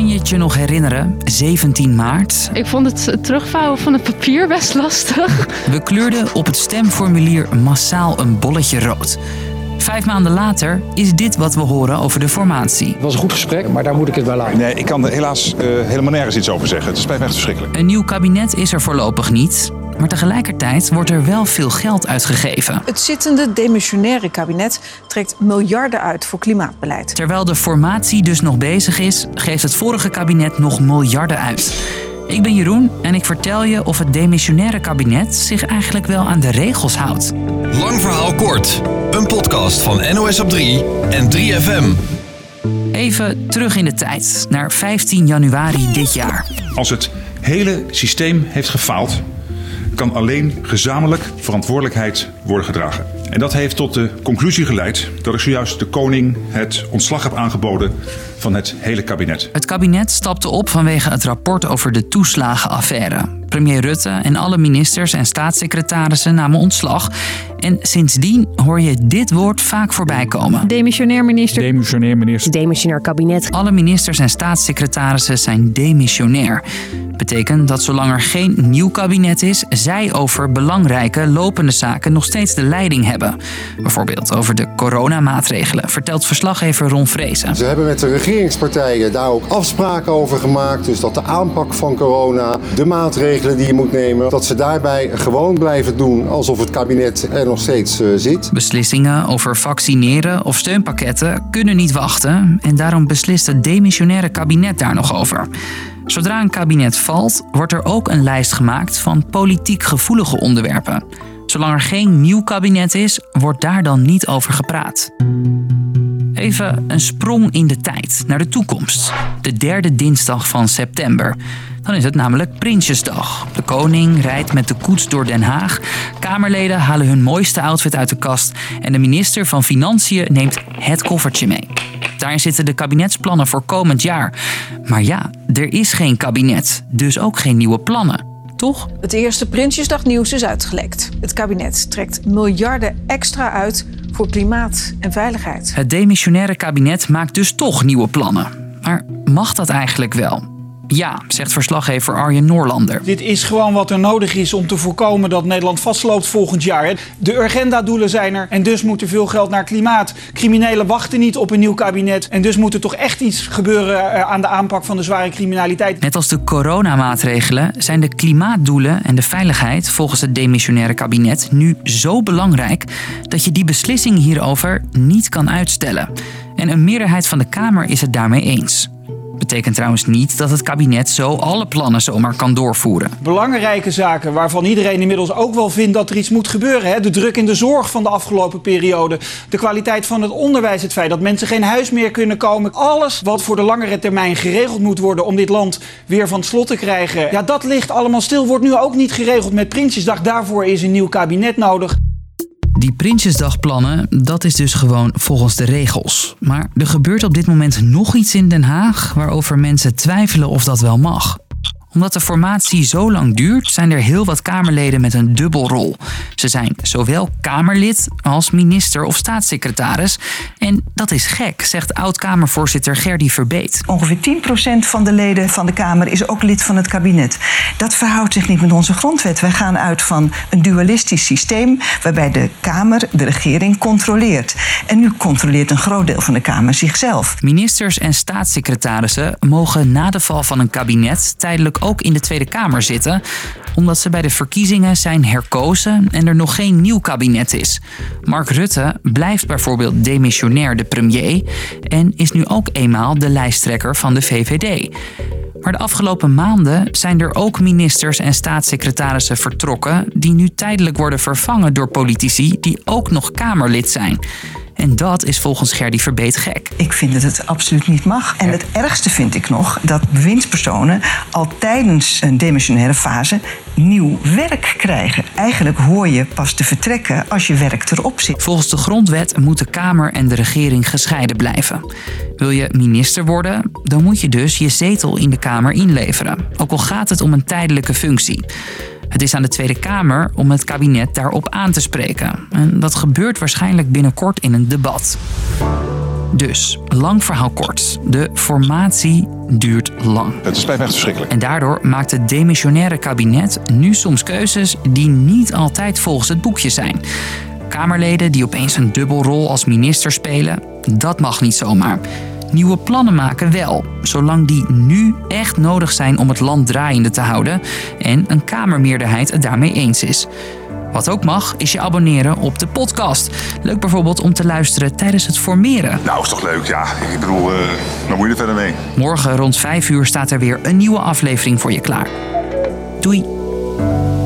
Kan je het je nog herinneren? 17 maart. Ik vond het terugvouwen van het papier best lastig. We kleurden op het stemformulier massaal een bolletje rood. 5 maanden later is dit wat we horen over de formatie. Het was een goed gesprek, maar daar moet ik het bij laten. Nee, ik kan er helaas helemaal nergens iets over zeggen. Het spijt me echt verschrikkelijk. Een nieuw kabinet is er voorlopig niet. Maar tegelijkertijd wordt er wel veel geld uitgegeven. Het zittende demissionaire kabinet trekt miljarden uit voor klimaatbeleid. Terwijl de formatie dus nog bezig is, geeft het vorige kabinet nog miljarden uit. Ik ben Jeroen en ik vertel je of het demissionaire kabinet zich eigenlijk wel aan de regels houdt. Lang verhaal kort. Een podcast van NOS op 3 en 3FM. Even terug in de tijd, naar 15 januari dit jaar. Als het hele systeem heeft gefaald, kan alleen gezamenlijk verantwoordelijkheid worden gedragen. En dat heeft tot de conclusie geleid dat ik zojuist de koning het ontslag heb aangeboden van het hele kabinet. Het kabinet stapte op vanwege het rapport over de toeslagenaffaire. Premier Rutte en alle ministers en staatssecretarissen namen ontslag. En sindsdien hoor je dit woord vaak voorbij komen. Demissionair minister. Demissionair minister. Demissionair kabinet. Alle ministers en staatssecretarissen zijn demissionair. Betekent dat zolang er geen nieuw kabinet is, zij over belangrijke lopende zaken nog steeds de leiding hebben. Bijvoorbeeld over de coronamaatregelen, vertelt verslaggever Ron Vrezen. Ze hebben met de regeringspartijen daar ook afspraken over gemaakt. Dus dat de aanpak van corona, de maatregelen die je moet nemen, dat ze daarbij gewoon blijven doen alsof het kabinet er nog steeds zit. Beslissingen over vaccineren of steunpakketten kunnen niet wachten en daarom beslist het demissionaire kabinet daar nog over. Zodra een kabinet valt, wordt er ook een lijst gemaakt van politiek gevoelige onderwerpen. Zolang er geen nieuw kabinet is, wordt daar dan niet over gepraat. Even een sprong in de tijd, naar de toekomst. De 3e dinsdag van september. Dan is het namelijk Prinsjesdag. De koning rijdt met de koets door Den Haag. Kamerleden halen hun mooiste outfit uit de kast. En de minister van Financiën neemt het koffertje mee. Daarin zitten de kabinetsplannen voor komend jaar. Maar ja, er is geen kabinet, dus ook geen nieuwe plannen. Toch? Het eerste Prinsjesdagnieuws is uitgelekt. Het kabinet trekt miljarden extra uit voor klimaat en veiligheid. Het demissionaire kabinet maakt dus toch nieuwe plannen. Maar mag dat eigenlijk wel? Ja, zegt verslaggever Arjen Noorlander. Dit is gewoon wat er nodig is om te voorkomen dat Nederland vastloopt volgend jaar. De Urgenda-doelen zijn er en dus moet er veel geld naar klimaat. Criminelen wachten niet op een nieuw kabinet en dus moet er toch echt iets gebeuren aan de aanpak van de zware criminaliteit. Net als de coronamaatregelen zijn de klimaatdoelen en de veiligheid volgens het demissionaire kabinet nu zo belangrijk dat je die beslissing hierover niet kan uitstellen. En een meerderheid van de Kamer is het daarmee eens. Betekent trouwens niet dat het kabinet zo alle plannen zomaar kan doorvoeren. Belangrijke zaken waarvan iedereen inmiddels ook wel vindt dat er iets moet gebeuren. Hè? De druk in de zorg van de afgelopen periode. De kwaliteit van het onderwijs. Het feit dat mensen geen huis meer kunnen komen. Alles wat voor de langere termijn geregeld moet worden om dit land weer van het slot te krijgen. Ja, dat ligt allemaal stil. Wordt nu ook niet geregeld met Prinsjesdag. Daarvoor is een nieuw kabinet nodig. Die Prinsjesdagplannen, dat is dus gewoon volgens de regels. Maar er gebeurt op dit moment nog iets in Den Haag waarover mensen twijfelen of dat wel mag. Omdat de formatie zo lang duurt, zijn er heel wat Kamerleden met een dubbelrol. Ze zijn zowel Kamerlid als minister of staatssecretaris. En dat is gek, zegt oud-Kamervoorzitter Gerdy Verbeet. Ongeveer 10% van de leden van de Kamer is ook lid van het kabinet. Dat verhoudt zich niet met onze grondwet. Wij gaan uit van een dualistisch systeem waarbij de Kamer de regering controleert. En nu controleert een groot deel van de Kamer zichzelf. Ministers en staatssecretarissen mogen na de val van een kabinet tijdelijk ook in de Tweede Kamer zitten, omdat ze bij de verkiezingen zijn herkozen en er nog geen nieuw kabinet is. Mark Rutte blijft bijvoorbeeld demissionair de premier en is nu ook eenmaal de lijsttrekker van de VVD. Maar de afgelopen maanden zijn er ook ministers en staatssecretarissen vertrokken die nu tijdelijk worden vervangen door politici die ook nog Kamerlid zijn. En dat is volgens Gerdy Verbeet gek. Ik vind dat het absoluut niet mag. En het ergste vind ik nog dat bewindspersonen al tijdens een demissionaire fase nieuw werk krijgen. Eigenlijk hoor je pas te vertrekken als je werk erop zit. Volgens de grondwet moet de Kamer en de regering gescheiden blijven. Wil je minister worden, dan moet je dus je zetel in de Kamer inleveren. Ook al gaat het om een tijdelijke functie. Het is aan de Tweede Kamer om het kabinet daarop aan te spreken. En dat gebeurt waarschijnlijk binnenkort in een debat. Dus, lang verhaal kort. De formatie duurt lang. Het spijt me echt verschrikkelijk. En daardoor maakt het demissionaire kabinet nu soms keuzes die niet altijd volgens het boekje zijn. Kamerleden die opeens een dubbelrol als minister spelen, dat mag niet zomaar. Nieuwe plannen maken wel, zolang die nu echt nodig zijn om het land draaiende te houden en een Kamermeerderheid het daarmee eens is. Wat ook mag, is je abonneren op de podcast. Leuk bijvoorbeeld om te luisteren tijdens het formeren. Nou, is toch leuk, ja. Ik bedoel, waar moet je er verder mee? Morgen rond 5 uur staat er weer een nieuwe aflevering voor je klaar. Doei!